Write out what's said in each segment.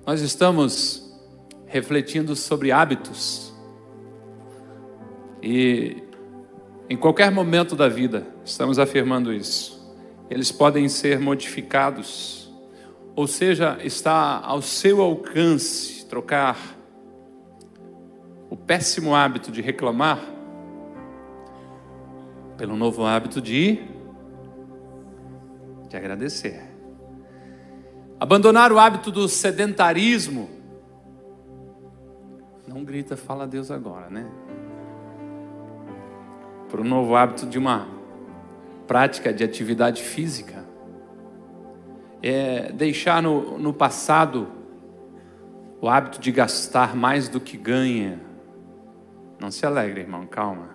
Nós estamos refletindo sobre hábitos. E em qualquer momento da vida, estamos afirmando isso. Eles podem ser modificados. Ou seja, está ao seu alcance trocar o péssimo hábito de reclamar pelo novo hábito de agradecer. Abandonar o hábito do sedentarismo. Não grita, fala a Deus agora, né? Por um novo hábito de uma prática de atividade física. É deixar no passado o hábito de gastar mais do que ganha. Não se alegre, irmão, calma.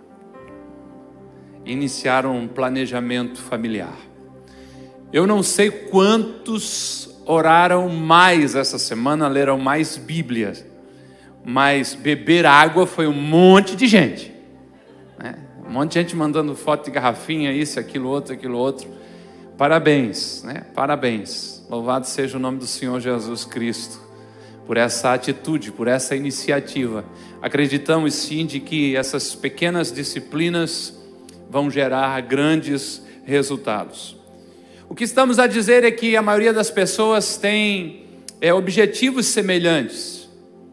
Iniciar um planejamento familiar. Eu não sei quantos oraram mais essa semana, leram mais Bíblias, mas beber água foi um monte de gente, né? Um monte de gente mandando foto de garrafinha, isso, aquilo outro. Parabéns, né? Parabéns. Louvado seja o nome do Senhor Jesus Cristo por essa atitude, por essa iniciativa. Acreditamos sim de que essas pequenas disciplinas vão gerar grandes resultados. O que estamos a dizer é que a maioria das pessoas tem objetivos semelhantes.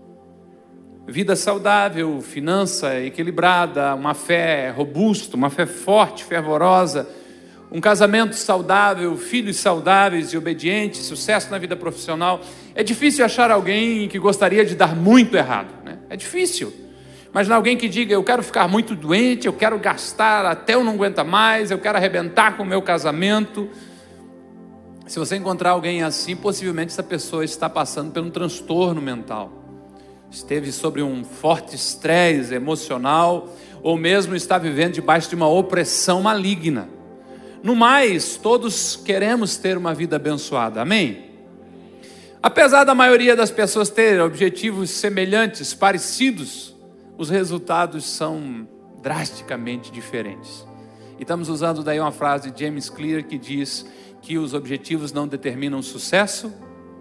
Vida saudável, finança equilibrada, uma fé robusta, uma fé forte, fervorosa, um casamento saudável, filhos saudáveis e obedientes, sucesso na vida profissional. É difícil achar alguém que gostaria de dar muito errado, né? É difícil. Imagina alguém que diga, eu quero ficar muito doente, eu quero gastar até eu não aguentar mais, eu quero arrebentar com o meu casamento. Se você encontrar alguém assim, possivelmente essa pessoa está passando por um transtorno mental. Esteve sobre um forte estresse emocional, ou mesmo está vivendo debaixo de uma opressão maligna. No mais, todos queremos ter uma vida abençoada, amém? Apesar da maioria das pessoas ter objetivos semelhantes, parecidos, os resultados são drasticamente diferentes. E estamos usando daí uma frase de James Clear que diz que os objetivos não determinam o sucesso,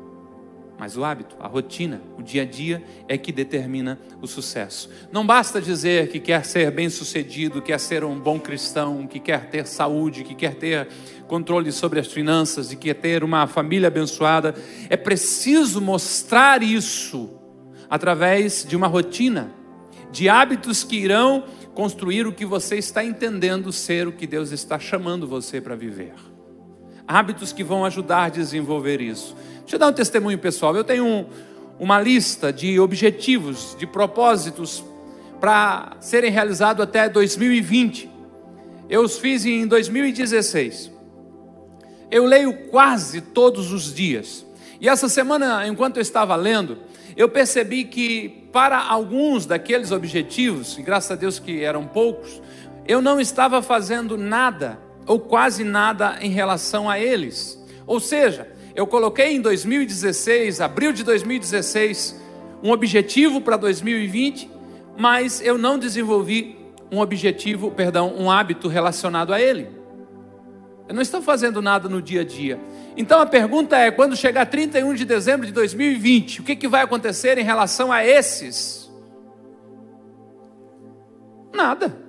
mas o hábito, a rotina, o dia a dia é que determina o sucesso. Não basta dizer que quer ser bem-sucedido, quer ser um bom cristão, que quer ter saúde, que quer ter controle sobre as finanças, que quer ter uma família abençoada. É preciso mostrar isso através de uma rotina, de hábitos que irão construir o que você está entendendo ser o que Deus está chamando você para viver. Hábitos que vão ajudar a desenvolver isso. Deixa eu dar um testemunho pessoal. Eu tenho uma lista de objetivos, de propósitos para serem realizados até 2020. Eu os fiz em 2016. Eu leio quase todos os dias. E essa semana, enquanto eu estava lendo, eu percebi que para alguns daqueles objetivos, e graças a Deus que eram poucos, eu não estava fazendo nada ou quase nada em relação a eles. Ou seja, eu coloquei em 2016, abril de 2016, um objetivo para 2020, mas eu não desenvolvi um hábito relacionado a ele. Eu não estou fazendo nada no dia a dia. Então a pergunta é, quando chegar 31 de dezembro de 2020, o que vai acontecer em relação a esses? Nada.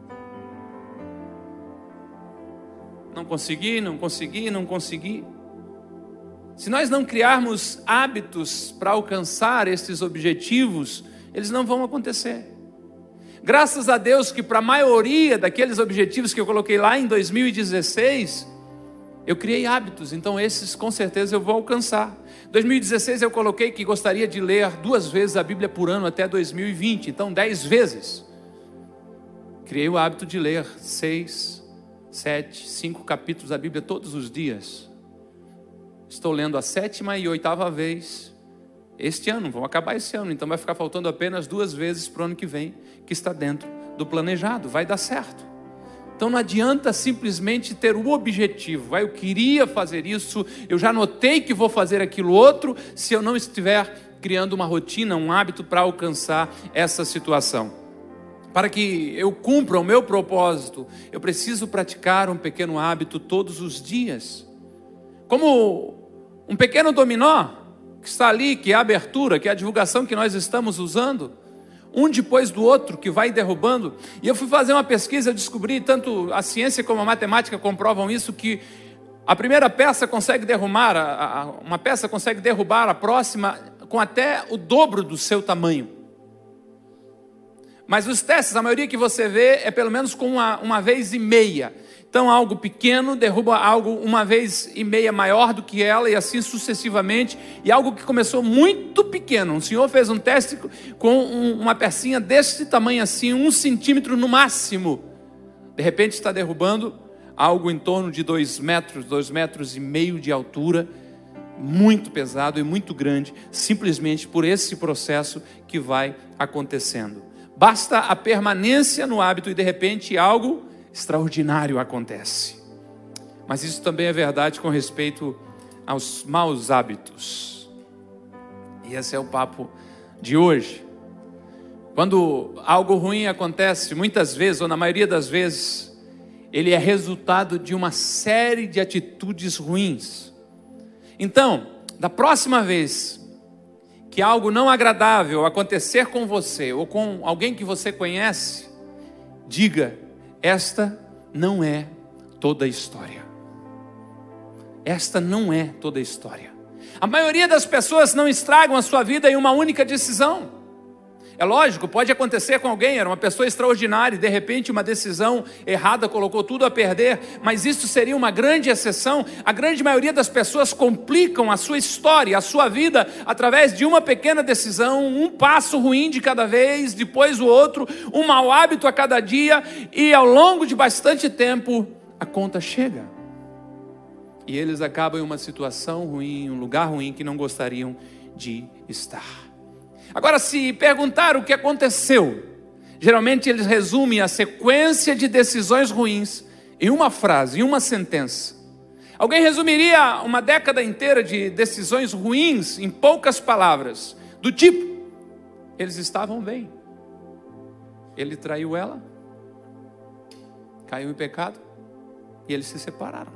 Não consegui. Se nós não criarmos hábitos para alcançar esses objetivos, eles não vão acontecer. Graças a Deus que para a maioria daqueles objetivos que eu coloquei lá em 2016, eu criei hábitos, então esses com certeza eu vou alcançar. Em 2016 eu coloquei que gostaria de ler 2 vezes a Bíblia por ano até 2020, então 10 vezes. Criei o hábito de ler 6, 7, 5 capítulos da Bíblia todos os dias. Estou lendo a 7ª e 8ª vez este ano, vamos acabar esse ano, então vai ficar faltando apenas 2 vezes para o ano que vem, que está dentro do planejado, vai dar certo. Então não adianta simplesmente ter o objetivo, eu queria fazer isso, eu já notei que vou fazer aquilo outro, se eu não estiver criando uma rotina, um hábito para alcançar essa situação. Para que eu cumpra o meu propósito, eu preciso praticar um pequeno hábito todos os dias. Como um pequeno dominó, que está ali, que é a abertura, que é a divulgação que nós estamos usando, um depois do outro, que vai derrubando. E eu fui fazer uma pesquisa, eu descobri, tanto a ciência como a matemática comprovam isso, que a primeira peça consegue derrubar, uma peça consegue derrubar a próxima com até o dobro do seu tamanho. Mas os testes, a maioria que você vê é pelo menos com uma vez e meia. Então algo pequeno derruba algo uma vez e meia maior do que ela, e assim sucessivamente. E algo que começou muito pequeno. Um senhor fez um teste com uma pecinha desse tamanho assim, 1 centímetro no máximo. De repente está derrubando algo em torno de 2 metros, 2,5 metros de altura, muito pesado e muito grande, simplesmente por esse processo que vai acontecendo. Basta a permanência no hábito e de repente algo extraordinário acontece. Mas isso também é verdade com respeito aos maus hábitos. E esse é o papo de hoje. Quando algo ruim acontece, muitas vezes, ou na maioria das vezes, ele é resultado de uma série de atitudes ruins. Então, da próxima vez que algo não agradável acontecer com você, ou com alguém que você conhece, diga: esta não é toda a história. Esta não é toda a história. A maioria das pessoas não estragam a sua vida em uma única decisão. É lógico, pode acontecer com alguém, era uma pessoa extraordinária e de repente uma decisão errada colocou tudo a perder, mas isso seria uma grande exceção. A grande maioria das pessoas complicam a sua história, a sua vida, através de uma pequena decisão, um passo ruim de cada vez, depois o outro, um mau hábito a cada dia, e ao longo de bastante tempo, a conta chega. E eles acabam em uma situação ruim, um lugar ruim que não gostariam de estar. Agora, se perguntar o que aconteceu, geralmente eles resumem a sequência de decisões ruins em uma frase, em uma sentença. Alguém resumiria uma década inteira de decisões ruins em poucas palavras, do tipo: eles estavam bem, ele traiu ela, caiu em pecado e eles se separaram.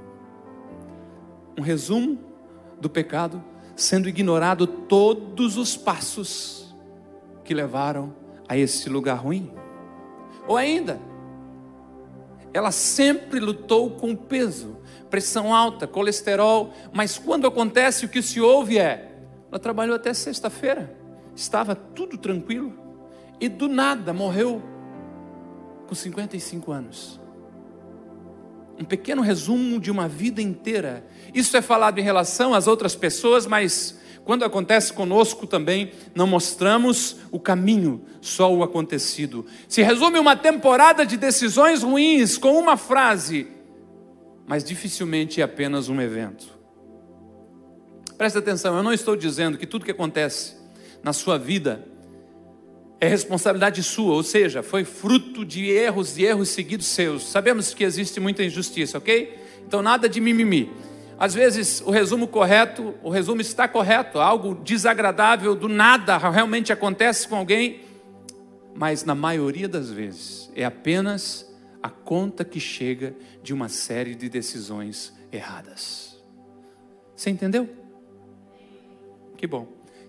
Um resumo do pecado, sendo ignorado todos os passos que levaram a esse lugar ruim. Ou ainda, ela sempre lutou com peso, pressão alta, colesterol, mas quando acontece o que se ouve ela trabalhou até sexta-feira, estava tudo tranquilo, e do nada morreu com 55 anos. Um pequeno resumo de uma vida inteira. Isso é falado em relação às outras pessoas, mas quando acontece conosco também, não mostramos o caminho, só o acontecido. Se resume uma temporada de decisões ruins com uma frase, mas dificilmente é apenas um evento. Presta atenção, eu não estou dizendo que tudo que acontece na sua vida é responsabilidade sua, ou seja, foi fruto de erros e erros seguidos seus. Sabemos que existe muita injustiça, ok? Então nada de mimimi. Às vezes o resumo está correto, algo desagradável do nada realmente acontece com alguém, mas na maioria das vezes é apenas a conta que chega de uma série de decisões erradas. Você entendeu? Que bom.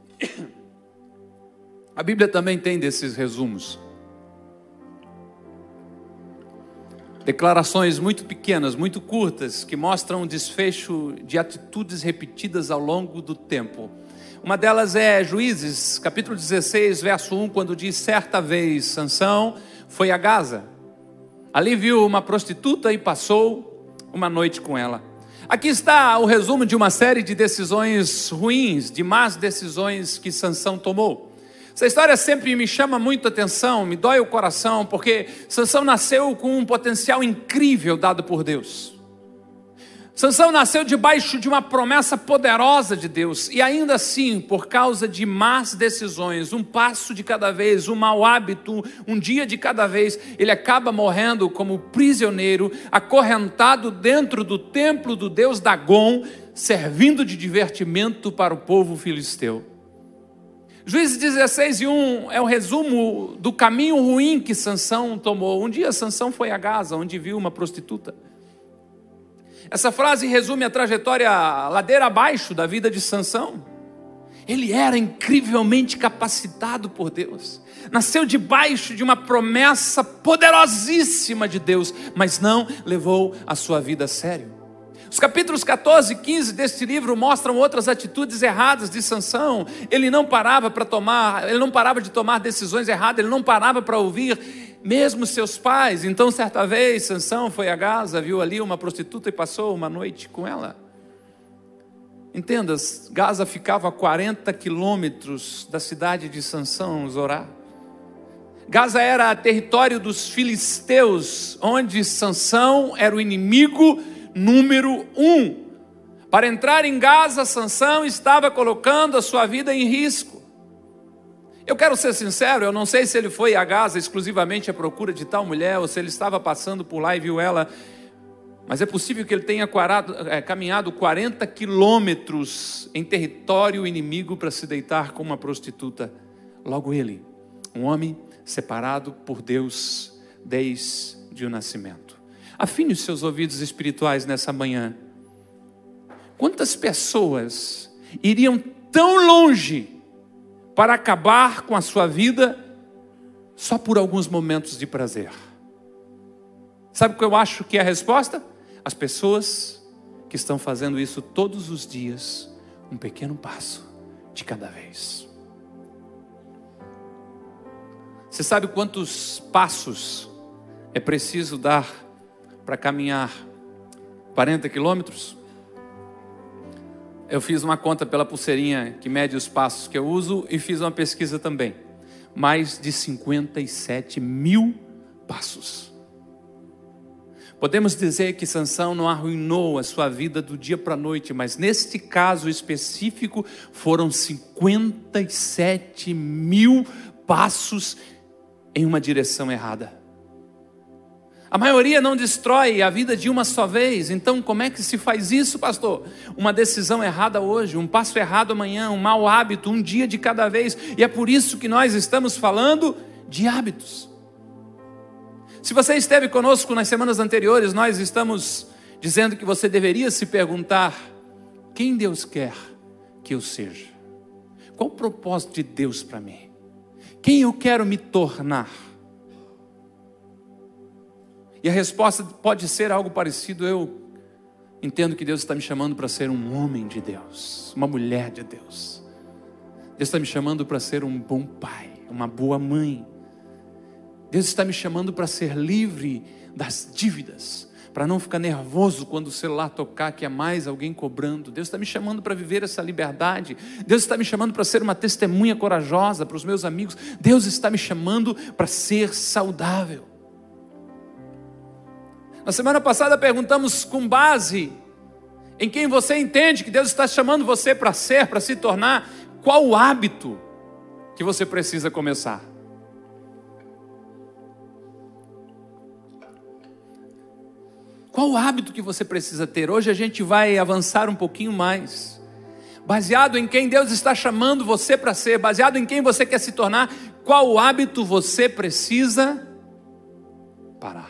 A Bíblia também tem desses resumos. Declarações muito pequenas, muito curtas, que mostram um desfecho de atitudes repetidas ao longo do tempo. Uma delas é Juízes, capítulo 16, verso 1, quando diz: certa vez Sansão foi a Gaza. Ali viu uma prostituta e passou uma noite com ela. Aqui está o resumo de uma série de decisões ruins, de más decisões que Sansão tomou. Essa história sempre me chama muito a atenção, me dói o coração, porque Sansão nasceu com um potencial incrível dado por Deus. Sansão nasceu debaixo de uma promessa poderosa de Deus, e ainda assim, por causa de más decisões, um passo de cada vez, um mau hábito, um dia de cada vez, ele acaba morrendo como prisioneiro, acorrentado dentro do templo do deus Dagom, servindo de divertimento para o povo filisteu. Juízes 16:1 é o resumo do caminho ruim que Sansão tomou. Um dia Sansão foi a Gaza, onde viu uma prostituta. Essa frase resume a trajetória ladeira abaixo da vida de Sansão. Ele era incrivelmente capacitado por Deus. Nasceu debaixo de uma promessa poderosíssima de Deus, mas não levou a sua vida a sério. Os capítulos 14 e 15 deste livro mostram outras atitudes erradas de Sansão. Ele não parava de tomar decisões erradas, ele não parava para ouvir mesmo seus pais. Então, certa vez, Sansão foi a Gaza, viu ali uma prostituta e passou uma noite com ela. Entenda, Gaza ficava a 40 quilômetros da cidade de Sansão, Zorá. Gaza era território dos filisteus, onde Sansão era o inimigo número 1. Para entrar em Gaza, Sansão estava colocando a sua vida em risco. Eu quero ser sincero, eu não sei se ele foi a Gaza exclusivamente à procura de tal mulher, ou se ele estava passando por lá e viu ela, mas é possível que ele tenha caminhado 40 quilômetros em território inimigo para se deitar com uma prostituta. Logo ele, um homem separado por Deus desde o nascimento. Afine os seus ouvidos espirituais nessa manhã. Quantas pessoas iriam tão longe para acabar com a sua vida só por alguns momentos de prazer? Sabe o que eu acho que é a resposta? As pessoas que estão fazendo isso todos os dias, um pequeno passo de cada vez. Você sabe quantos passos é preciso dar para caminhar 40 quilômetros? Eu fiz uma conta pela pulseirinha que mede os passos que eu uso e fiz uma pesquisa também. Mais de 57 mil passos. Podemos dizer que Sansão não arruinou a sua vida do dia para a noite, mas neste caso específico foram 57 mil passos em uma direção errada. A maioria não destrói a vida de uma só vez. Então como é que se faz isso, pastor? Uma decisão errada hoje, um passo errado amanhã, um mau hábito, um dia de cada vez. E é por isso que nós estamos falando de hábitos. Se você esteve conosco nas semanas anteriores, nós estamos dizendo que você deveria se perguntar: quem Deus quer que eu seja? Qual o propósito de Deus para mim? Quem eu quero me tornar? E a resposta pode ser algo parecido. Eu entendo que Deus está me chamando para ser um homem de Deus, uma mulher de Deus. Deus está me chamando para ser um bom pai, uma boa mãe. Deus está me chamando para ser livre das dívidas, para não ficar nervoso quando o celular tocar, que é mais alguém cobrando. Deus está me chamando para viver essa liberdade. Deus está me chamando para ser uma testemunha corajosa para os meus amigos. Deus está me chamando para ser saudável. Na semana passada perguntamos, com base em quem você entende que Deus está chamando você para ser, para se tornar, qual o hábito que você precisa começar? Qual o hábito que você precisa ter? Hoje a gente vai avançar um pouquinho mais. Baseado em quem Deus está chamando você para ser, baseado em quem você quer se tornar, qual o hábito você precisa parar?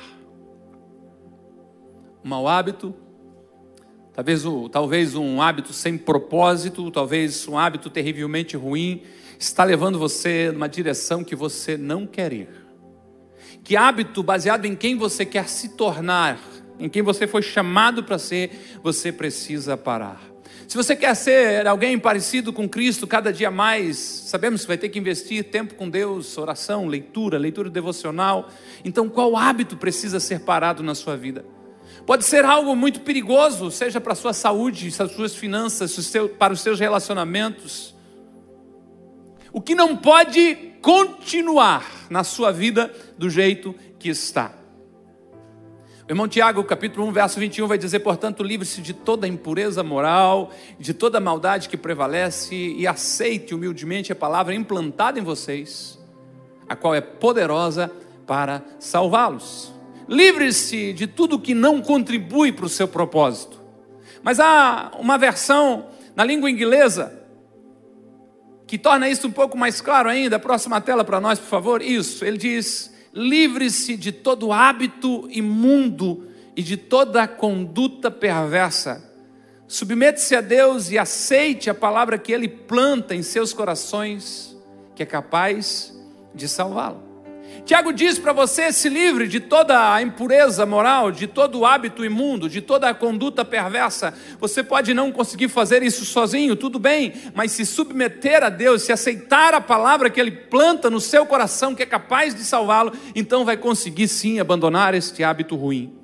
Um mau hábito, talvez um hábito sem propósito, talvez um hábito terrivelmente ruim, está levando você numa direção que você não quer ir. Que hábito, baseado em quem você quer se tornar, em quem você foi chamado para ser, você precisa parar. Se você quer ser alguém parecido com Cristo cada dia mais, sabemos que vai ter que investir tempo com Deus, oração, leitura devocional. Então qual hábito precisa ser parado na sua vida? Pode ser algo muito perigoso, seja para a sua saúde, para as suas finanças, para os seus relacionamentos. O que não pode continuar na sua vida do jeito que está. O irmão Tiago, capítulo 1, verso 21, vai dizer: portanto, livre-se de toda impureza moral, de toda maldade que prevalece, e aceite humildemente a palavra implantada em vocês, a qual é poderosa para salvá-los. Livre-se de tudo que não contribui para o seu propósito. Mas há uma versão na língua inglesa que torna isso um pouco mais claro ainda. Próxima tela para nós, por favor. Isso, ele diz: livre-se de todo hábito imundo e de toda conduta perversa. Submete-se a Deus e aceite a palavra que Ele planta em seus corações, que é capaz de salvá-lo. Tiago diz para você: se livre de toda a impureza moral, de todo o hábito imundo, de toda a conduta perversa. Você pode não conseguir fazer isso sozinho, tudo bem, mas se submeter a Deus, se aceitar a palavra que Ele planta no seu coração, que é capaz de salvá-lo, então vai conseguir sim abandonar este hábito ruim.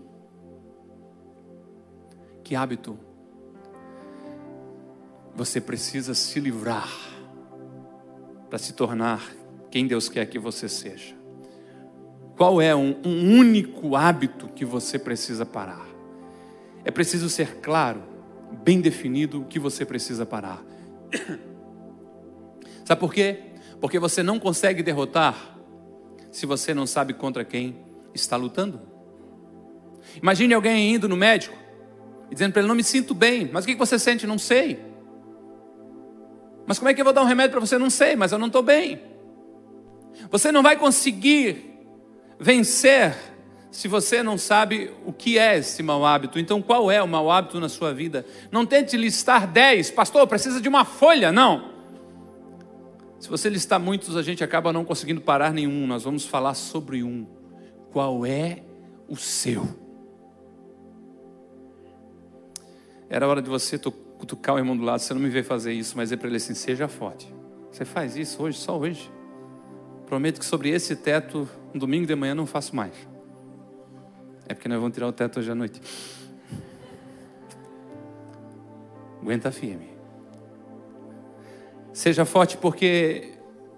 Que hábito você precisa se livrar para se tornar quem Deus quer que você seja? Qual é um único hábito que você precisa parar? É preciso ser claro, bem definido o que você precisa parar. Sabe por quê? Porque você não consegue derrotar se você não sabe contra quem está lutando. Imagine alguém indo no médico e dizendo para ele: não me sinto bem. Mas o que você sente? Não sei. Mas como é que eu vou dar um remédio para você? Não sei, mas eu não estou bem. Você não vai conseguir vencer se você não sabe o que é esse mau hábito. Então, qual é o mau hábito na sua vida? Não tente listar 10. Pastor, precisa de uma folha. Não. Se você listar muitos, a gente acaba não conseguindo parar nenhum. Nós vamos falar sobre um. Qual é o seu? Era hora de você cutucar o irmão do lado. Você não me vê fazer isso, mas é para ele assim: seja forte. Você faz isso hoje, só hoje. Prometo que sobre esse teto, no domingo de manhã, não faço mais. É porque nós vamos tirar o teto hoje à noite. Aguenta firme. Seja forte, porque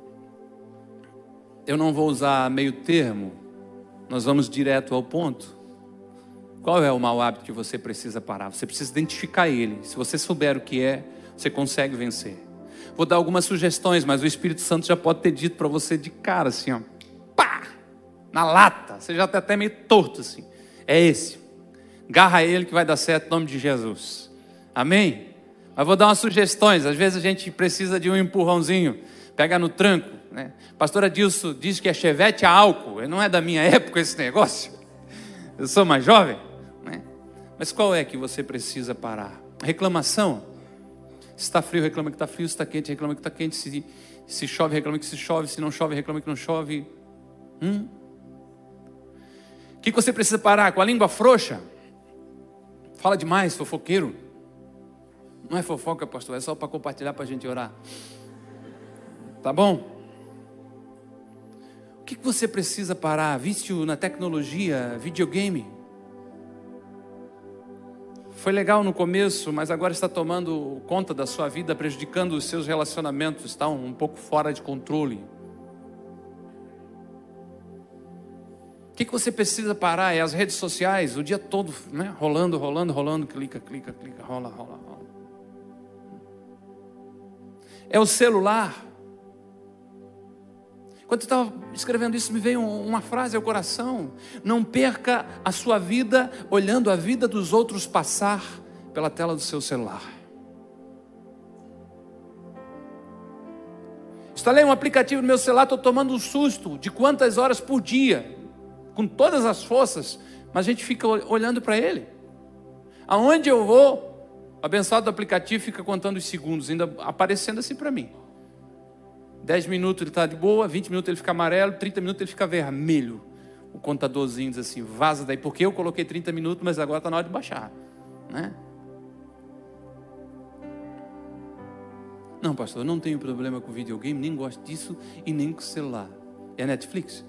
eu não vou usar meio termo. Nós vamos direto ao ponto. Qual é o mau hábito que você precisa parar? Você precisa identificar ele. Se você souber o que é, você consegue vencer. Vou dar algumas sugestões, mas o Espírito Santo já pode ter dito para você de cara, assim, ó, pá, na lata. Você já está até meio torto, assim. É esse. Garra ele que vai dar certo em nome de Jesus. Amém? Mas vou dar umas sugestões. Às vezes a gente precisa de um empurrãozinho. Pega no tranco, né? Pastor Adilson diz que é chevette a álcool. Não é da minha época esse negócio. Eu sou mais jovem, né? Mas qual é que você precisa parar? Reclamação. Se está frio, reclama que está frio. Se está quente, reclama que está quente. Se chove, reclama que se chove. Se não chove, reclama que não chove. O que você precisa parar? Com a língua frouxa? Fala demais, fofoqueiro. Não é fofoca, pastor, é só para compartilhar, para a gente orar. Tá bom? O que você precisa parar? Vício na tecnologia, videogame. Foi legal no começo, mas agora está tomando conta da sua vida, prejudicando os seus relacionamentos, está um pouco fora de controle. O que você precisa parar? É as redes sociais, o dia todo, né? Rolando, clica, rola. É o celular. Quando eu estava escrevendo isso, me veio uma frase ao coração: não perca a sua vida olhando a vida dos outros passar pela tela do seu celular. Instalei um aplicativo no meu celular, estou tomando um susto de quantas horas por dia, com todas as forças, mas a gente fica olhando para ele. Aonde eu vou, o abençoado do aplicativo fica contando os segundos, ainda aparecendo assim para mim. 10 minutos ele está de boa, 20 minutos ele fica amarelo, 30 minutos ele fica vermelho. O contadorzinho diz assim: vaza daí, porque eu coloquei 30 minutos, mas agora está na hora de baixar, né? Não, pastor, eu não tenho problema com videogame, nem gosto disso e nem com celular. É Netflix.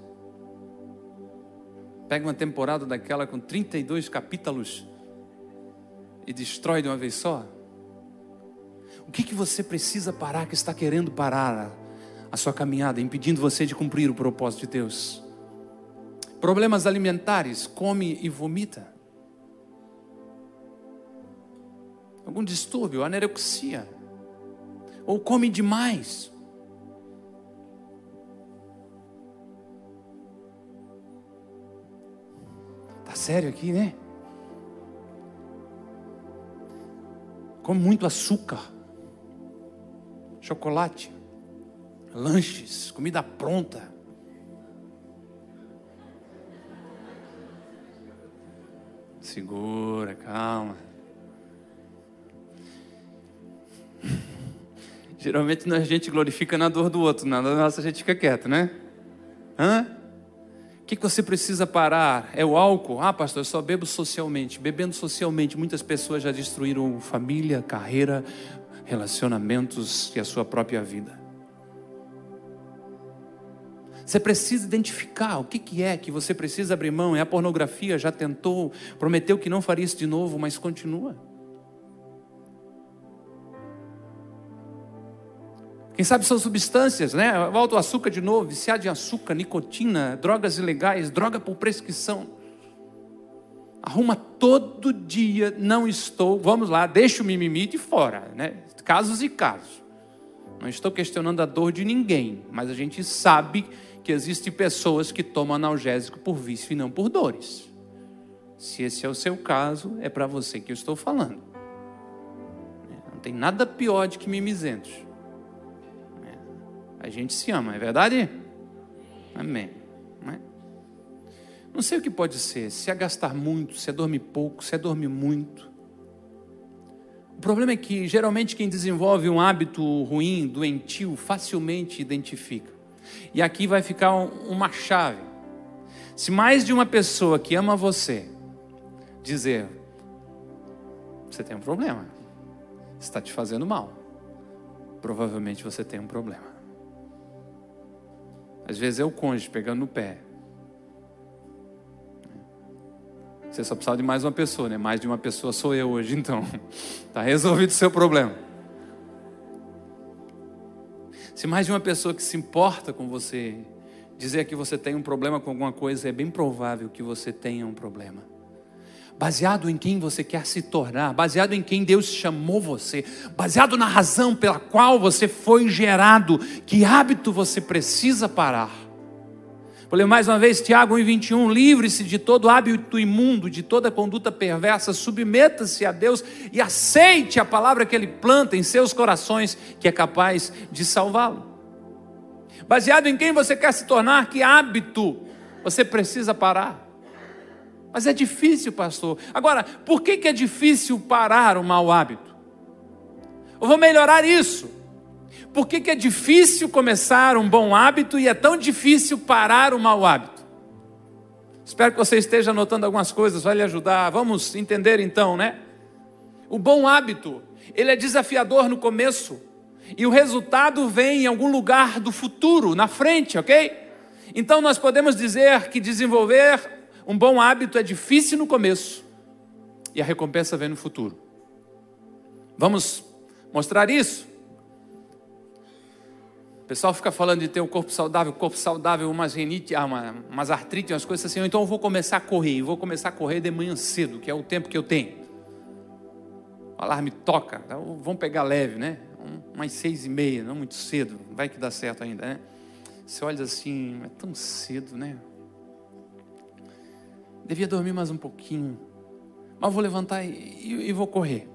Pega uma temporada daquela com 32 capítulos e destrói de uma vez só. O que você precisa parar, que está querendo parar a sua caminhada, impedindo você de cumprir o propósito de Deus? Problemas alimentares, come e vomita. Algum distúrbio, anorexia, ou come demais. Tá sério aqui, né? Come muito açúcar, chocolate, lanches, comida pronta. Segura, calma. Geralmente a gente glorifica na dor do outro, na nossa a gente fica quieto, né? O que você precisa parar? É o álcool? Ah, pastor, eu só bebo socialmente. Bebendo socialmente, muitas pessoas já destruíram família, carreira, relacionamentos e a sua própria vida. Você precisa identificar o que é que você precisa abrir mão. É a pornografia, já tentou, prometeu que não faria isso de novo, mas continua. Quem sabe são substâncias, né? Volta o açúcar de novo, viciado em açúcar, nicotina, drogas ilegais, droga por prescrição. Arruma todo dia, não estou, vamos lá, deixa o mimimi de fora, né? Casos e casos. Não estou questionando a dor de ninguém, mas a gente sabe que existem pessoas que tomam analgésico por vício e não por dores. Se esse é o seu caso, é para você que eu estou falando. Não tem nada pior do que mimizentos. A gente se ama, é verdade? Amém. Não sei o que pode ser, se é gastar muito, se é dormir pouco, se é dormir muito. O problema é que geralmente quem desenvolve um hábito ruim, doentio, facilmente identifica. E aqui vai ficar uma chave. Se mais de uma pessoa que ama você dizer, você tem um problema, está te fazendo mal, provavelmente você tem um problema. Às vezes é o cônjuge pegando no pé. Você só precisava de mais uma pessoa, né? Mais de uma pessoa sou eu hoje, então. Está resolvido o seu problema. Se mais de uma pessoa que se importa com você dizer que você tem um problema com alguma coisa, é bem provável que você tenha um problema. Baseado em quem você quer se tornar, baseado em quem Deus chamou você, baseado na razão pela qual você foi gerado, que hábito você precisa parar. Vou ler mais uma vez Tiago 1:21, livre-se de todo hábito imundo, de toda conduta perversa, submeta-se a Deus e aceite a palavra que Ele planta em seus corações, que é capaz de salvá-lo. Baseado em quem você quer se tornar, que hábito você precisa parar. Mas é difícil, pastor. Agora, por que é difícil parar o mau hábito? Eu vou melhorar isso. Por que é difícil começar um bom hábito e é tão difícil parar o mau hábito? Espero que você esteja anotando algumas coisas, vai lhe ajudar. Vamos entender então, né? O bom hábito, ele é desafiador no começo e o resultado vem em algum lugar do futuro, na frente, ok? Então nós podemos dizer que desenvolver um bom hábito é difícil no começo e a recompensa vem no futuro. Vamos mostrar isso? O pessoal fica falando de ter um corpo saudável, umas rinite, umas artrite, umas coisas assim. Então eu vou começar a correr, de manhã cedo, que é o tempo que eu tenho. O alarme toca, então vamos pegar leve, né? Umas 6:30, não muito cedo, vai que dá certo ainda, né? Você olha assim, é tão cedo, né? Devia dormir mais um pouquinho, mas vou levantar e vou correr.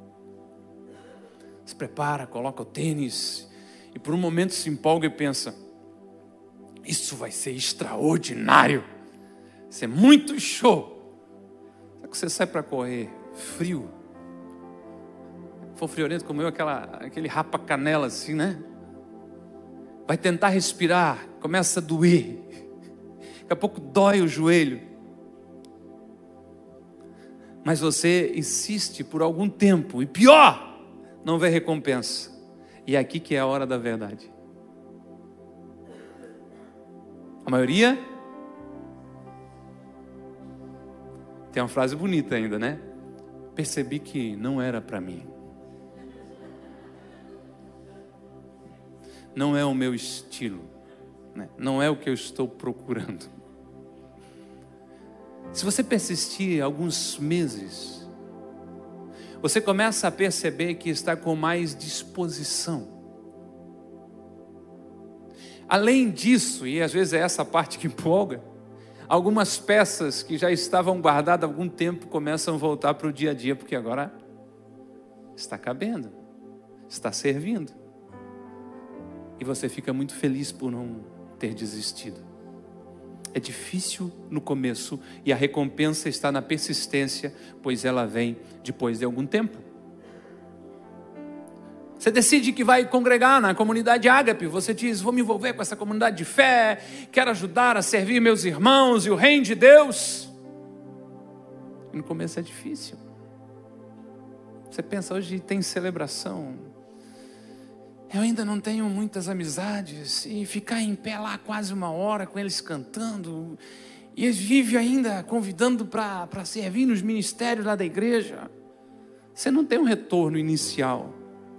Se prepara, coloca o tênis e por um momento se empolga e pensa, isso vai ser extraordinário, isso é muito show. Só que você sai para correr frio, for friorento como eu, aquele rapa-canela assim, né? Vai tentar respirar, começa a doer, daqui a pouco dói o joelho. Mas você insiste por algum tempo, e pior, não vê recompensa. E é aqui que é a hora da verdade. A maioria tem uma frase bonita ainda, né? Percebi que não era para mim. Não é o meu estilo, né? Não é o que eu estou procurando. Se você persistir alguns meses, você começa a perceber que está com mais disposição. Além disso, e às vezes é essa parte que empolga, algumas peças que já estavam guardadas há algum tempo começam a voltar para o dia a dia, porque agora está cabendo, está servindo. E você fica muito feliz por não ter desistido. É difícil no começo e a recompensa está na persistência, pois ela vem depois de algum tempo. Você decide que vai congregar na comunidade Ágape. Você diz, vou me envolver com essa comunidade de fé, quero ajudar a servir meus irmãos e o reino de Deus. E no começo é difícil. Você pensa, hoje tem celebração. Eu ainda não tenho muitas amizades. E ficar em pé lá quase 1 hora com eles cantando. E eles vivem ainda convidando para servir nos ministérios lá da igreja. Você não tem um retorno inicial.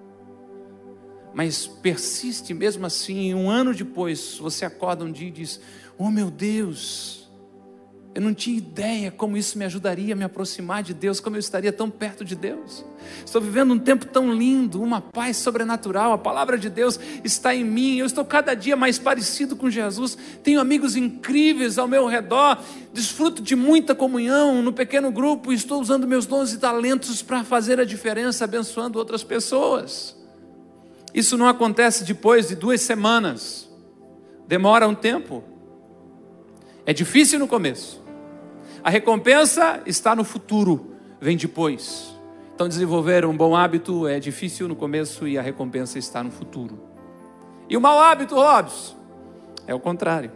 Mas persiste mesmo assim. 1 ano depois, você acorda um dia e diz, oh meu Deus, eu não tinha ideia como isso me ajudaria a me aproximar de Deus, como eu estaria tão perto de Deus. Estou vivendo um tempo tão lindo, uma paz sobrenatural, a palavra de Deus está em mim, eu estou cada dia mais parecido com Jesus, tenho amigos incríveis ao meu redor, desfruto de muita comunhão no pequeno grupo, e estou usando meus dons e talentos para fazer a diferença, abençoando outras pessoas. Isso não acontece depois de 2 semanas, demora um tempo, é difícil no começo. A recompensa está no futuro, vem depois. Então desenvolver um bom hábito é difícil no começo e a recompensa está no futuro. E o mau hábito, Robson, é o contrário.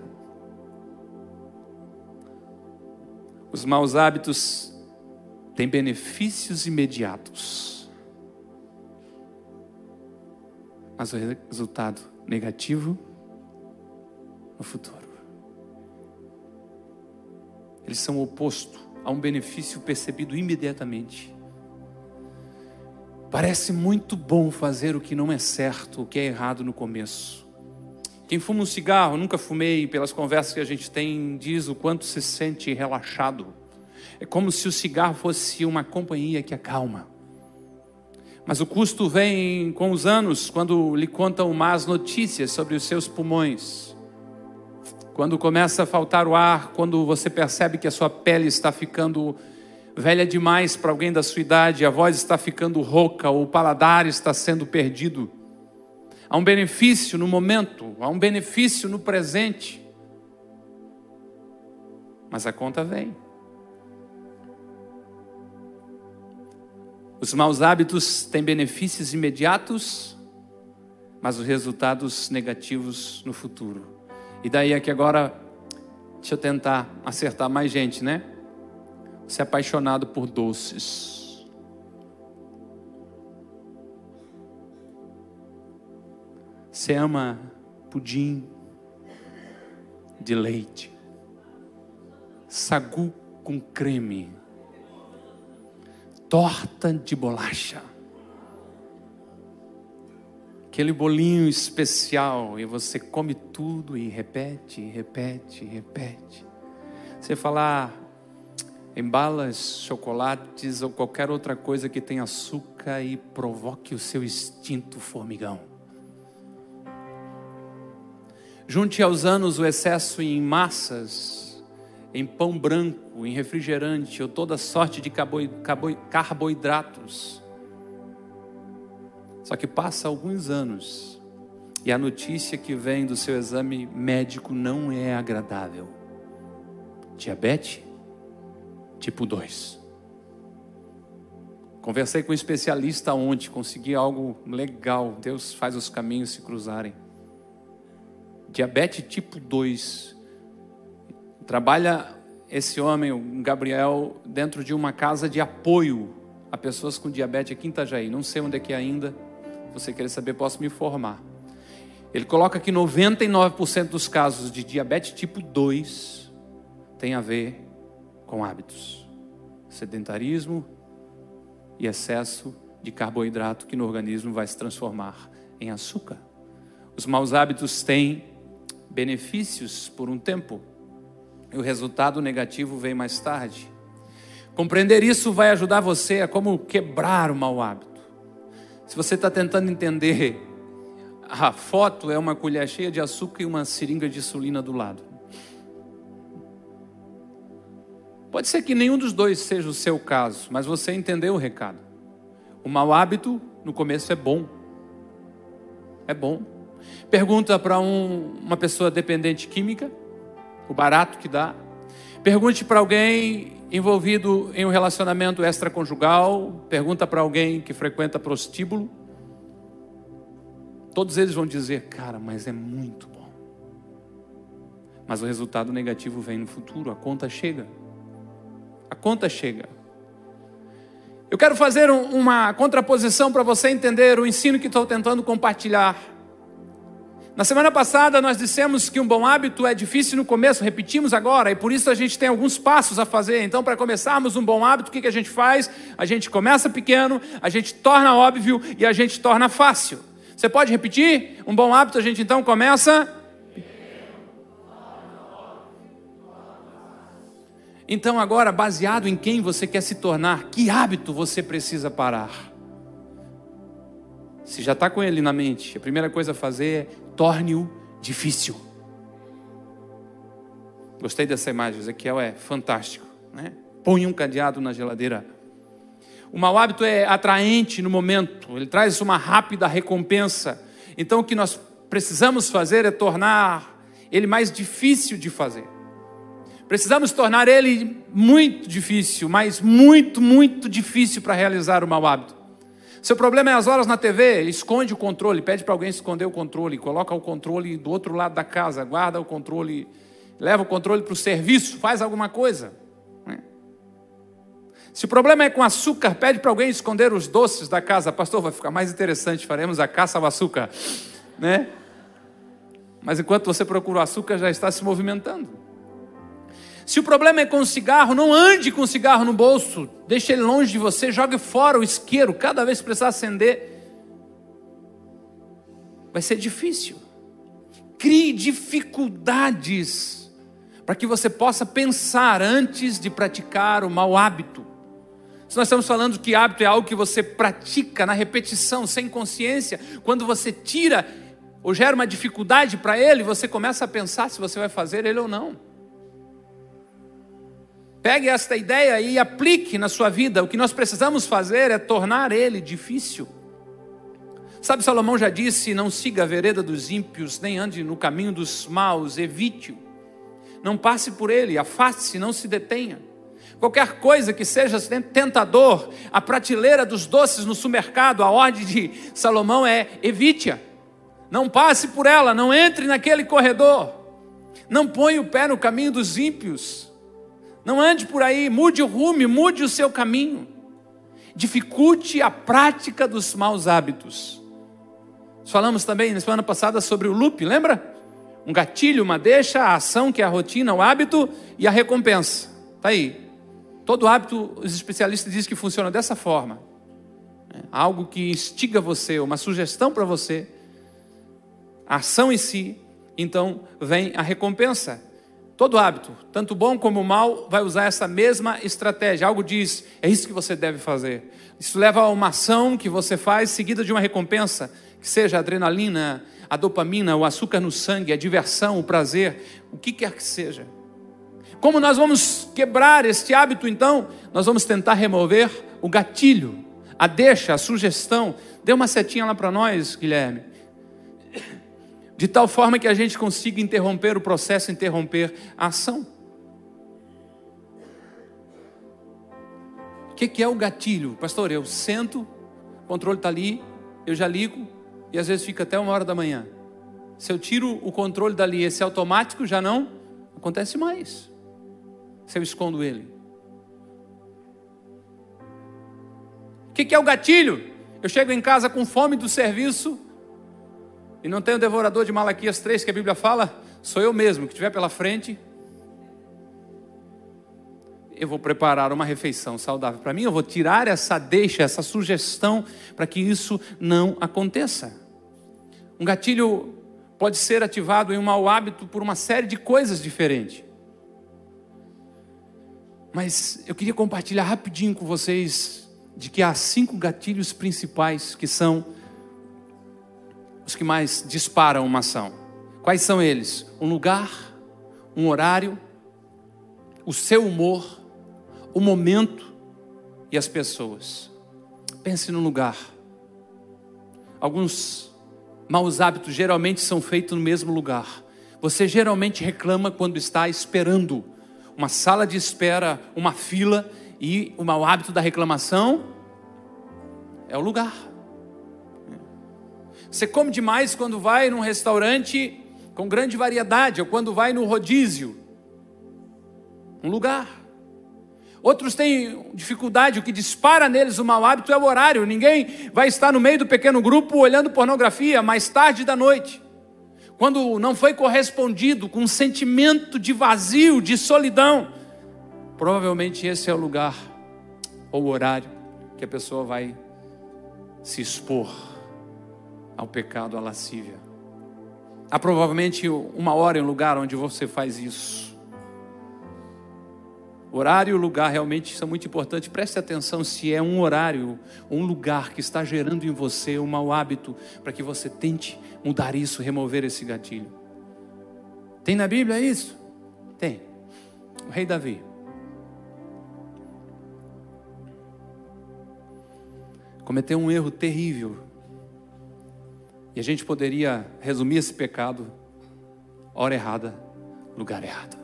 Os maus hábitos têm benefícios imediatos, mas o resultado negativo no futuro. Eles são o oposto a um benefício percebido imediatamente. Parece muito bom fazer o que não é certo, o que é errado no começo. Quem fuma um cigarro, nunca fumei, pelas conversas que a gente tem, diz o quanto se sente relaxado. É como se o cigarro fosse uma companhia que acalma. Mas o custo vem com os anos, quando lhe contam más notícias sobre os seus pulmões. Quando começa a faltar o ar, quando você percebe que a sua pele está ficando velha demais para alguém da sua idade, a voz está ficando rouca, ou o paladar está sendo perdido. Há um benefício no momento, há um benefício no presente. Mas a conta vem. Os maus hábitos têm benefícios imediatos, mas os resultados negativos no futuro. E daí é que agora, deixa eu tentar acertar mais gente, né? Você é apaixonado por doces. Você ama pudim de leite, sagu com creme, torta de bolacha, aquele bolinho especial, e você come tudo e repete, repete, repete. Você fala, em balas, chocolates ou qualquer outra coisa que tenha açúcar e provoque o seu instinto formigão. Junte aos anos o excesso em massas, em pão branco, em refrigerante ou toda sorte de carboidratos. Só que passa alguns anos e a notícia que vem do seu exame médico não é agradável. Diabetes tipo 2. Conversei com um especialista ontem, consegui algo legal. Deus faz os caminhos se cruzarem. Diabetes tipo 2. Trabalha esse homem, o Gabriel, dentro de uma casa de apoio a pessoas com diabetes aqui em Itajaí. Não sei onde é que é ainda. Se você querer saber, posso me informar. Ele coloca que 99% dos casos de diabetes tipo 2 tem a ver com hábitos. Sedentarismo e excesso de carboidrato que no organismo vai se transformar em açúcar. Os maus hábitos têm benefícios por um tempo e o resultado negativo vem mais tarde. Compreender isso vai ajudar você a como quebrar o mau hábito. Se você está tentando entender, a foto é uma colher cheia de açúcar e uma seringa de insulina do lado. Pode ser que nenhum dos dois seja o seu caso, mas você entendeu o recado. O mau hábito, no começo, é bom. É bom. Pergunta para uma pessoa dependente química, o barato que dá. Pergunte para alguém envolvido em um relacionamento extraconjugal. Pergunta para alguém que frequenta prostíbulo. Todos eles vão dizer, cara, mas é muito bom. Mas o resultado negativo vem no futuro, a conta chega. A conta chega. Eu quero fazer uma contraposição para você entender o ensino que estou tentando compartilhar. Na semana passada nós dissemos que um bom hábito é difícil no começo, repetimos agora, e por isso a gente tem alguns passos a fazer. Então, para começarmos um bom hábito, o que a gente faz? A gente começa pequeno, a gente torna óbvio e a gente torna fácil. Você pode repetir? Um bom hábito a gente então começa... Então agora, baseado em quem você quer se tornar, que hábito você precisa parar? Se já está com ele na mente, a primeira coisa a fazer é torne-o difícil. Gostei dessa imagem, Ezequiel é fantástico, né? Põe um cadeado na geladeira. O mau hábito é atraente no momento, ele traz uma rápida recompensa. Então o que nós precisamos fazer é tornar ele mais difícil de fazer. Precisamos tornar ele muito difícil, mas muito, muito difícil para realizar o mau hábito. Seu problema é as horas na TV, esconde o controle, pede para alguém esconder o controle, coloca o controle do outro lado da casa, guarda o controle, leva o controle para o serviço, faz alguma coisa. Se o problema é com açúcar, pede para alguém esconder os doces da casa. Pastor, vai ficar mais interessante, faremos a caça ao açúcar, né? Mas enquanto você procura o açúcar, já está se movimentando. Se o problema é com o cigarro, não ande com o cigarro no bolso, deixe ele longe de você, jogue fora o isqueiro, cada vez que precisar acender. Vai ser difícil. Crie dificuldades para que você possa pensar antes de praticar o mau hábito. Se nós estamos falando que hábito é algo que você pratica na repetição, sem consciência, quando você tira ou gera uma dificuldade para ele, você começa a pensar se você vai fazer ele ou não. Pegue esta ideia e aplique na sua vida. O que nós precisamos fazer é tornar ele difícil. Sabe, Salomão já disse, não siga a vereda dos ímpios, nem ande no caminho dos maus, evite-o. Não passe por ele, afaste-se, não se detenha. Qualquer coisa que seja tentador, a prateleira dos doces no supermercado, a ordem de Salomão é evite-a. Não passe por ela, não entre naquele corredor. Não ponha o pé no caminho dos ímpios. Não ande por aí, mude o rumo, mude o seu caminho. Dificulte a prática dos maus hábitos. Nós falamos também na semana passada sobre o loop, lembra? Um gatilho, uma deixa, a ação que é a rotina, o hábito e a recompensa. Está aí. Todo hábito, os especialistas dizem que funciona dessa forma. Algo que instiga você, uma sugestão para você. A ação em si, então vem a recompensa. Todo hábito, tanto bom como mal, vai usar essa mesma estratégia. Algo diz, é isso que você deve fazer. Isso leva a uma ação que você faz, seguida de uma recompensa, que seja a adrenalina, a dopamina, o açúcar no sangue, a diversão, o prazer, o que quer que seja. Como nós vamos quebrar este hábito, então? Nós vamos tentar remover o gatilho, a deixa, a sugestão. Dê uma setinha lá para nós, Guilherme. De tal forma que a gente consiga interromper o processo, interromper a ação. O que é o gatilho? Pastor, eu sento, o controle está ali, eu já ligo, e às vezes fica até 1h da manhã. Se eu tiro o controle dali, esse automático já não acontece mais. Se eu escondo ele. O que é o gatilho? Eu chego em casa com fome do serviço, e não tem o devorador de Malaquias 3 que a Bíblia fala, sou eu mesmo que estiver pela frente. Eu vou preparar uma refeição saudável para mim, eu vou tirar essa deixa, essa sugestão, para que isso não aconteça. Um gatilho pode ser ativado em um mau hábito por uma série de coisas diferentes. Mas eu queria compartilhar rapidinho com vocês de que há 5 gatilhos principais que são os que mais disparam uma ação. Quais são eles? Um lugar, um horário, o seu humor, o momento e as pessoas. Pense no lugar. Alguns maus hábitos geralmente são feitos no mesmo lugar. Você geralmente reclama quando está esperando. Uma sala de espera, uma fila, e o mau hábito da reclamação é o lugar. Você come demais quando vai num restaurante com grande variedade, ou quando vai no rodízio, um lugar. Outros têm dificuldade, o que dispara neles o mau hábito é o horário. Ninguém vai estar no meio do pequeno grupo olhando pornografia mais tarde da noite, quando não foi correspondido com um sentimento de vazio, de solidão. Provavelmente esse é o lugar ou o horário que a pessoa vai se expor ao pecado, à lascívia. Há provavelmente uma hora e um lugar onde você faz isso. O horário e o lugar realmente são muito importantes. Preste atenção se é um horário, um lugar que está gerando em você um mau hábito, para que você tente mudar isso, remover esse gatilho. Tem na Bíblia isso? Tem. O rei Davi. Cometeu um erro terrível. E a gente poderia resumir esse pecado: hora errada, lugar errado.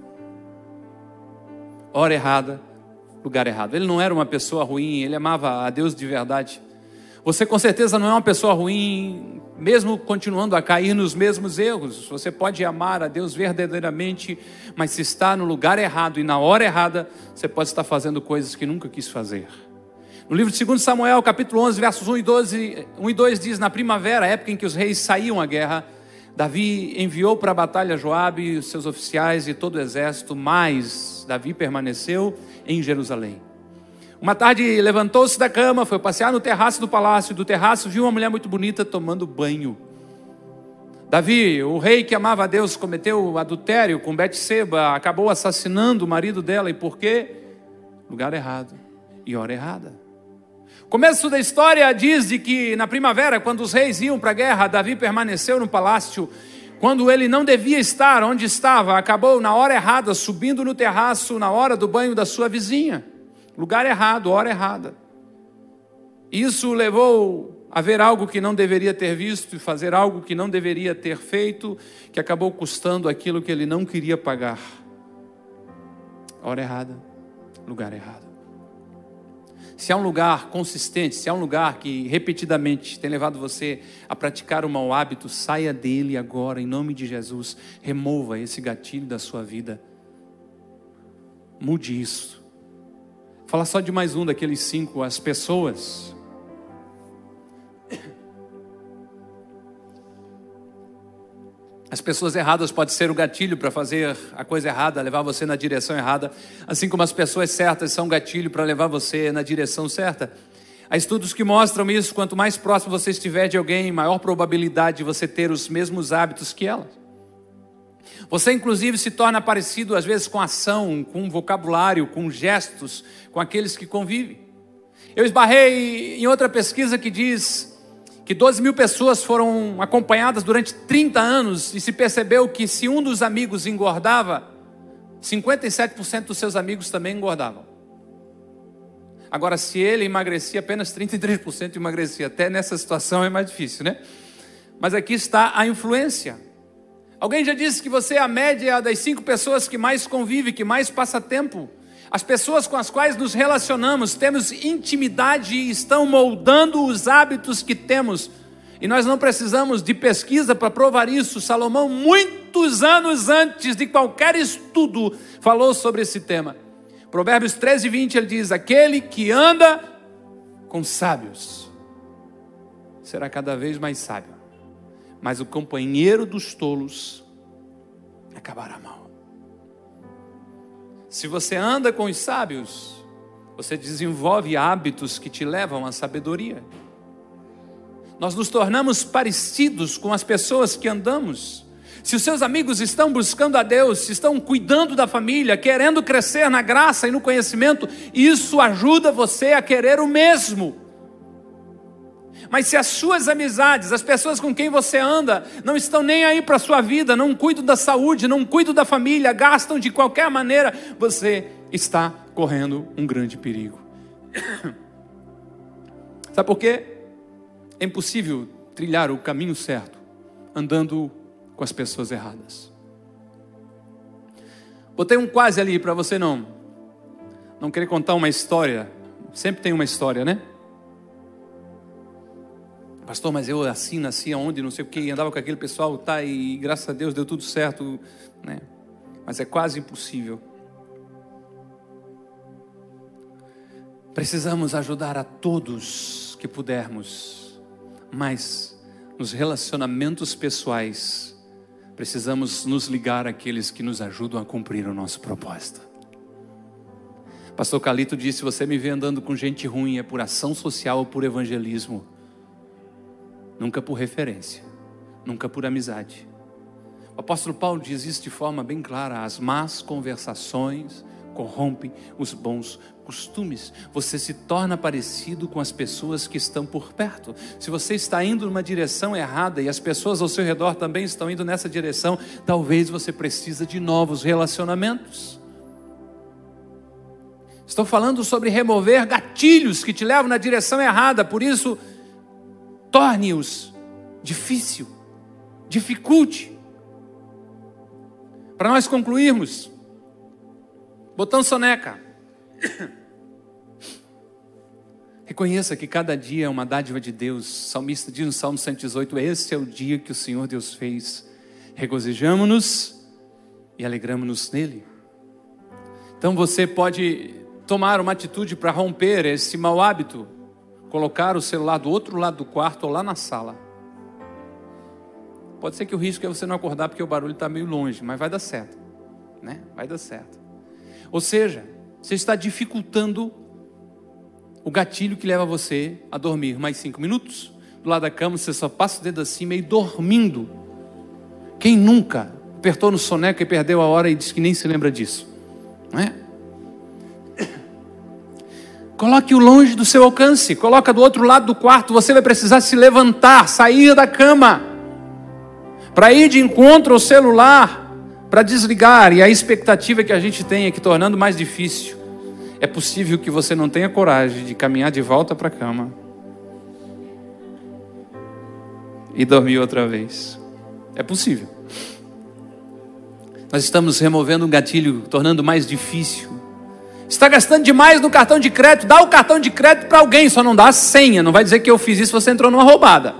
Hora errada, lugar errado. Ele não era uma pessoa ruim, ele amava a Deus de verdade. Você com certeza não é uma pessoa ruim, mesmo continuando a cair nos mesmos erros. Você pode amar a Deus verdadeiramente, mas se está no lugar errado e na hora errada, você pode estar fazendo coisas que nunca quis fazer. No livro de 2 Samuel, capítulo 11, versos 1 e 2 diz: na primavera, época em que os reis saíam à guerra, Davi enviou para a batalha Joabe, os seus oficiais e todo o exército, mas Davi permaneceu em Jerusalém. Uma tarde levantou-se da cama, foi passear no terraço do palácio. Do terraço viu uma mulher muito bonita tomando banho. Davi, o rei que amava a Deus, cometeu adultério com Betseba, acabou assassinando o marido dela. E por quê? Lugar errado e hora errada. O começo da história diz de que na primavera, quando os reis iam para a guerra, Davi permaneceu no palácio. Quando ele não devia estar onde estava, acabou na hora errada, subindo no terraço na hora do banho da sua vizinha. Lugar errado, hora errada. Isso levou a ver algo que não deveria ter visto e fazer algo que não deveria ter feito, que acabou custando aquilo que ele não queria pagar. Hora errada, lugar errado. Se há um lugar consistente, se há um lugar que repetidamente tem levado você a praticar um mau hábito, saia dele agora, em nome de Jesus. Remova esse gatilho da sua vida. Mude isso. Vou falar só de mais um daqueles 5, as pessoas. As pessoas erradas podem ser o gatilho para fazer a coisa errada, levar você na direção errada, assim como as pessoas certas são gatilho para levar você na direção certa. Há estudos que mostram isso: quanto mais próximo você estiver de alguém, maior probabilidade de você ter os mesmos hábitos que ela. Você inclusive se torna parecido às vezes com ação, com vocabulário, com gestos, com aqueles que convivem. Eu esbarrei em outra pesquisa que diz que 12 mil pessoas foram acompanhadas durante 30 anos e se percebeu que se um dos amigos engordava, 57% dos seus amigos também engordavam. Agora, se ele emagrecia, apenas 33% emagrecia. Até nessa situação é mais difícil, né? Mas aqui está a influência. Alguém já disse que você é a média das 5 pessoas que mais convive, que mais passa tempo. As pessoas com as quais nos relacionamos, temos intimidade e estão moldando os hábitos que temos. E nós não precisamos de pesquisa para provar isso. Salomão, muitos anos antes de qualquer estudo, falou sobre esse tema. Provérbios 13:20, ele diz: aquele que anda com sábios será cada vez mais sábio, mas o companheiro dos tolos acabará mal. Se você anda com os sábios, você desenvolve hábitos que te levam à sabedoria. Nós nos tornamos parecidos com as pessoas que andamos. Se os seus amigos estão buscando a Deus, se estão cuidando da família, querendo crescer na graça e no conhecimento, isso ajuda você a querer o mesmo. Mas se as suas amizades, as pessoas com quem você anda, não estão nem aí para a sua vida, não cuidam da saúde, não cuidam da família, gastam de qualquer maneira, você está correndo um grande perigo. Sabe por quê? É impossível trilhar o caminho certo andando com as pessoas erradas. Botei um quase ali para você não querer contar uma história. Sempre tem uma história, né? Pastor, mas eu nasci aonde, não sei o que, andava com aquele pessoal, tá, e graças a Deus deu tudo certo, né? Mas é quase impossível. Precisamos ajudar a todos que pudermos, mas nos relacionamentos pessoais, precisamos nos ligar àqueles que nos ajudam a cumprir o nosso propósito. Pastor Calito disse, se você me vê andando com gente ruim, é por ação social ou por evangelismo. Nunca por referência, nunca por amizade. O apóstolo Paulo diz isso de forma bem clara, as más conversações corrompem os bons costumes. Você se torna parecido com as pessoas que estão por perto. Se você está indo numa direção errada e as pessoas ao seu redor também estão indo nessa direção, talvez você precise de novos relacionamentos. Estou falando sobre remover gatilhos que te levam na direção errada, por isso, torne-os difícil, dificulte. Para nós concluirmos, botão soneca. Reconheça que cada dia é uma dádiva de Deus. O salmista diz no Salmo 118, esse é o dia que o Senhor Deus fez. Regozijamo-nos e alegramo-nos nele. Então você pode tomar uma atitude para romper esse mau hábito. Colocar o celular do outro lado do quarto ou lá na sala. Pode ser que o risco é você não acordar porque o barulho está meio longe, mas vai dar certo, né? Vai dar certo. Ou seja, você está dificultando o gatilho que leva você a dormir mais 5 minutos. Do lado da cama você só passa o dedo assim meio dormindo. Quem nunca apertou no soneca e perdeu a hora e diz que nem se lembra disso, não é? Coloque-o longe do seu alcance, coloca do outro lado do quarto. Você vai precisar se levantar, sair da cama, para ir de encontro ao celular, para desligar. E a expectativa que a gente tem é que, tornando mais difícil, é possível que você não tenha coragem de caminhar de volta para a cama e dormir outra vez. É possível. Nós estamos removendo um gatilho, tornando mais difícil. Está gastando demais no cartão de crédito, dá o cartão de crédito para alguém, só não dá a senha. Não vai dizer que eu fiz isso, você entrou numa roubada.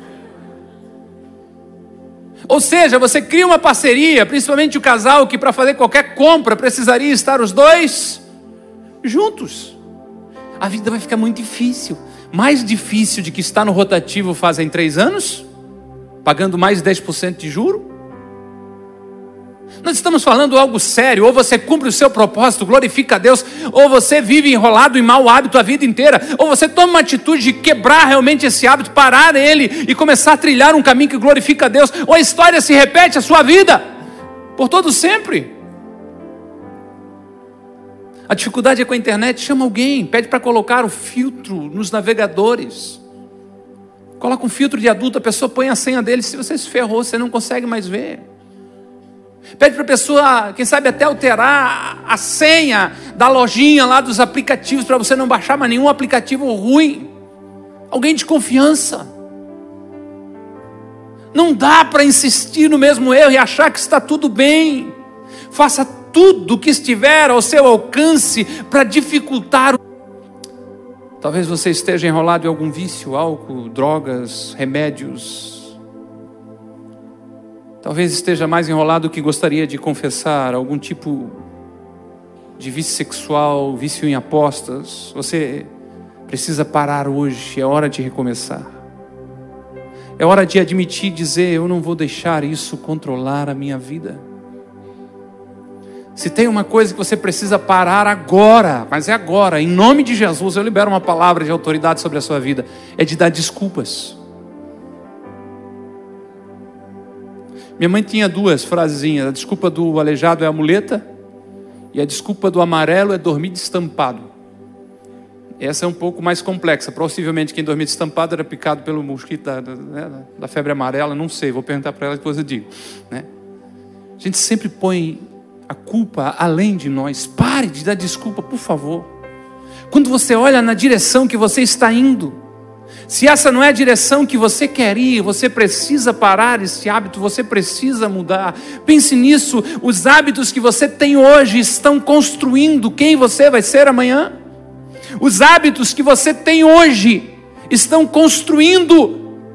Ou seja, você cria uma parceria, principalmente o casal, que para fazer qualquer compra precisaria estar os dois juntos. A vida vai ficar muito difícil. Mais difícil de que está no rotativo fazem 3 anos, pagando mais 10% de juro. Nós estamos falando algo sério. Ou você cumpre o seu propósito, glorifica a Deus, ou você vive enrolado em mau hábito a vida inteira, ou você toma uma atitude de quebrar realmente esse hábito, parar ele e começar a trilhar um caminho que glorifica a Deus, ou a história se repete a sua vida por todo sempre. A dificuldade é com a internet. Chama alguém, pede para colocar o filtro nos navegadores, coloca um filtro de adulto, a pessoa põe a senha dele. Se você se ferrou, você não consegue mais ver. Pede para a pessoa, quem sabe até alterar a senha da lojinha lá dos aplicativos, para você não baixar mais nenhum aplicativo ruim. Alguém de confiança. Não dá para insistir no mesmo erro e achar que está tudo bem. Faça tudo o que estiver ao seu alcance para dificultar. Talvez você esteja enrolado em algum vício, álcool, drogas, remédios. Talvez esteja mais enrolado do que gostaria de confessar, algum tipo de vício sexual, vício em apostas. Você precisa parar hoje, é hora de recomeçar. É hora de admitir e dizer, eu não vou deixar isso controlar a minha vida. Se tem uma coisa que você precisa parar agora, mas é agora, em nome de Jesus, eu libero uma palavra de autoridade sobre a sua vida, é de dar desculpas. Minha mãe tinha 2 frasezinhas. A desculpa do aleijado é a muleta, e a desculpa do amarelo é dormir destampado. Essa é um pouco mais complexa. Possivelmente quem dormia destampado era picado pelo mosquito da febre amarela. Não sei, vou perguntar para ela, depois eu digo, né? A gente sempre põe a culpa além de nós. Pare de dar desculpa, por favor. Quando você olha na direção que você está indo, se essa não é a direção que você quer ir, você precisa parar esse hábito, você precisa mudar. Pense nisso, os hábitos que você tem hoje estão construindo quem você vai ser amanhã. Os hábitos que você tem hoje estão construindo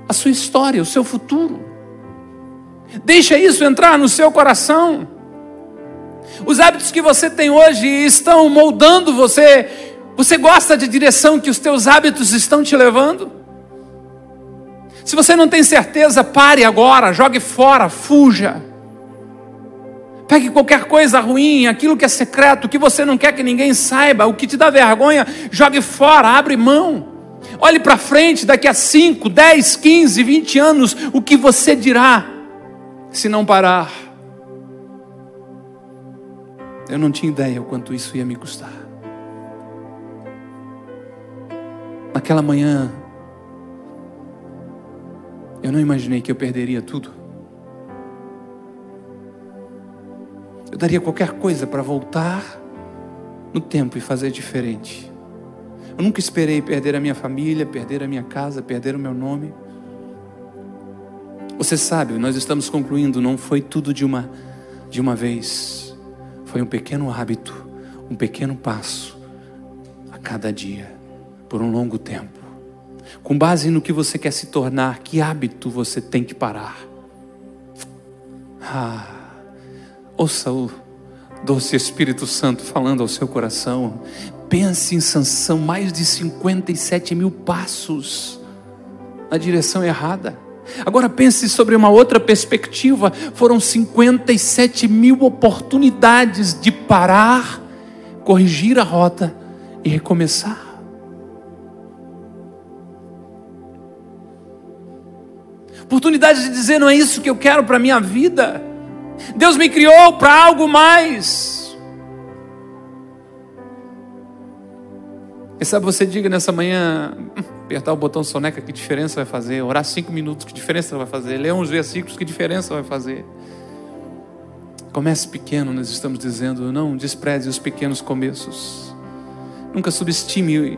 a sua história, o seu futuro. Deixa isso entrar no seu coração. Os hábitos que você tem hoje estão moldando você. Você gosta da direção que os teus hábitos estão te levando? Se você não tem certeza, pare agora, jogue fora, fuja. Pegue qualquer coisa ruim, aquilo que é secreto, que você não quer que ninguém saiba, o que te dá vergonha, jogue fora, abre mão. Olhe para frente, daqui a 5, 10, 15, 20 anos, o que você dirá se não parar? Eu não tinha ideia o quanto isso ia me custar. Naquela manhã, eu não imaginei que eu perderia tudo. Eu daria qualquer coisa para voltar no tempo e fazer diferente. Eu nunca esperei perder a minha família, perder a minha casa, perder o meu nome. Você sabe, nós estamos concluindo, não foi tudo de uma vez. Foi um pequeno hábito, um pequeno passo a cada dia, por um longo tempo. Com base no que você quer se tornar, que hábito você tem que parar? Ouça o doce Espírito Santo falando ao seu coração. Pense em Sansão, mais de 57 mil passos na direção errada. Agora pense sobre uma outra perspectiva. Foram 57 mil oportunidades de parar, corrigir a rota e recomeçar. Oportunidade de dizer, não é isso que eu quero para a minha vida. Deus me criou para algo mais. E sabe, você diga nessa manhã, apertar o botão soneca, que diferença vai fazer? Orar 5 minutos, que diferença vai fazer? Ler uns versículos, que diferença vai fazer? Comece pequeno, nós estamos dizendo, não despreze os pequenos começos. Nunca subestime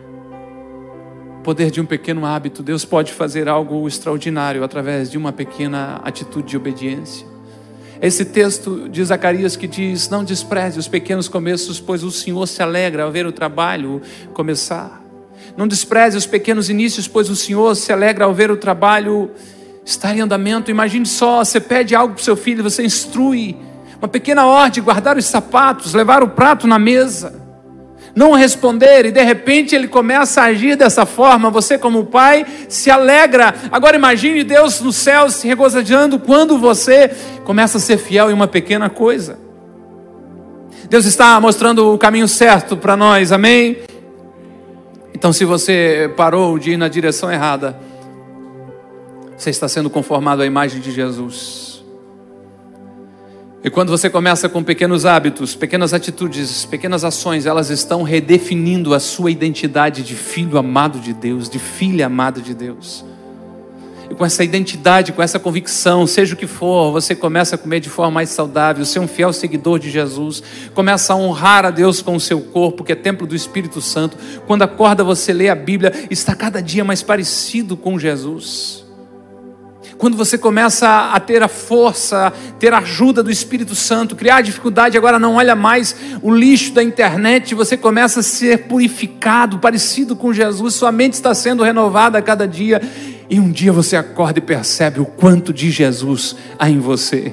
o poder de um pequeno hábito. Deus pode fazer algo extraordinário através de uma pequena atitude de obediência. Esse texto de Zacarias que diz, não despreze os pequenos começos, pois o Senhor se alegra ao ver o trabalho começar. Não despreze os pequenos inícios, pois o Senhor se alegra ao ver o trabalho estar em andamento. Imagine só, você pede algo para o seu filho, você instrui, uma pequena ordem, guardar os sapatos, levar o prato na mesa, não responder, e de repente ele começa a agir dessa forma. Você, como pai, se alegra. Agora imagine Deus no céu se regozijando quando você começa a ser fiel em uma pequena coisa. Deus está mostrando o caminho certo para nós, amém? Então, se você parou de ir na direção errada, você está sendo conformado à imagem de Jesus. E quando você começa com pequenos hábitos, pequenas atitudes, pequenas ações, elas estão redefinindo a sua identidade de filho amado de Deus, de filha amada de Deus. E com essa identidade, com essa convicção, seja o que for, você começa a comer de forma mais saudável, ser um fiel seguidor de Jesus, começa a honrar a Deus com o seu corpo, que é templo do Espírito Santo. Quando acorda, você lê a Bíblia, está cada dia mais parecido com Jesus. Quando você começa a ter a força, ter a ajuda do Espírito Santo, criar dificuldade, agora não olha mais o lixo da internet, você começa a ser purificado, parecido com Jesus, sua mente está sendo renovada a cada dia, e um dia você acorda e percebe o quanto de Jesus há em você.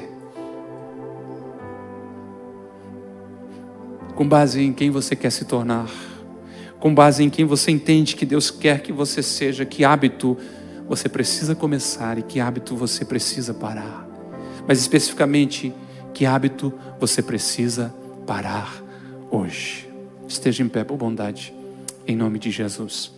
Com base em quem você quer se tornar, com base em quem você entende que Deus quer que você seja, que hábito você precisa começar e que hábito você precisa parar. Mas especificamente, que hábito você precisa parar hoje. Esteja em pé por bondade, em nome de Jesus.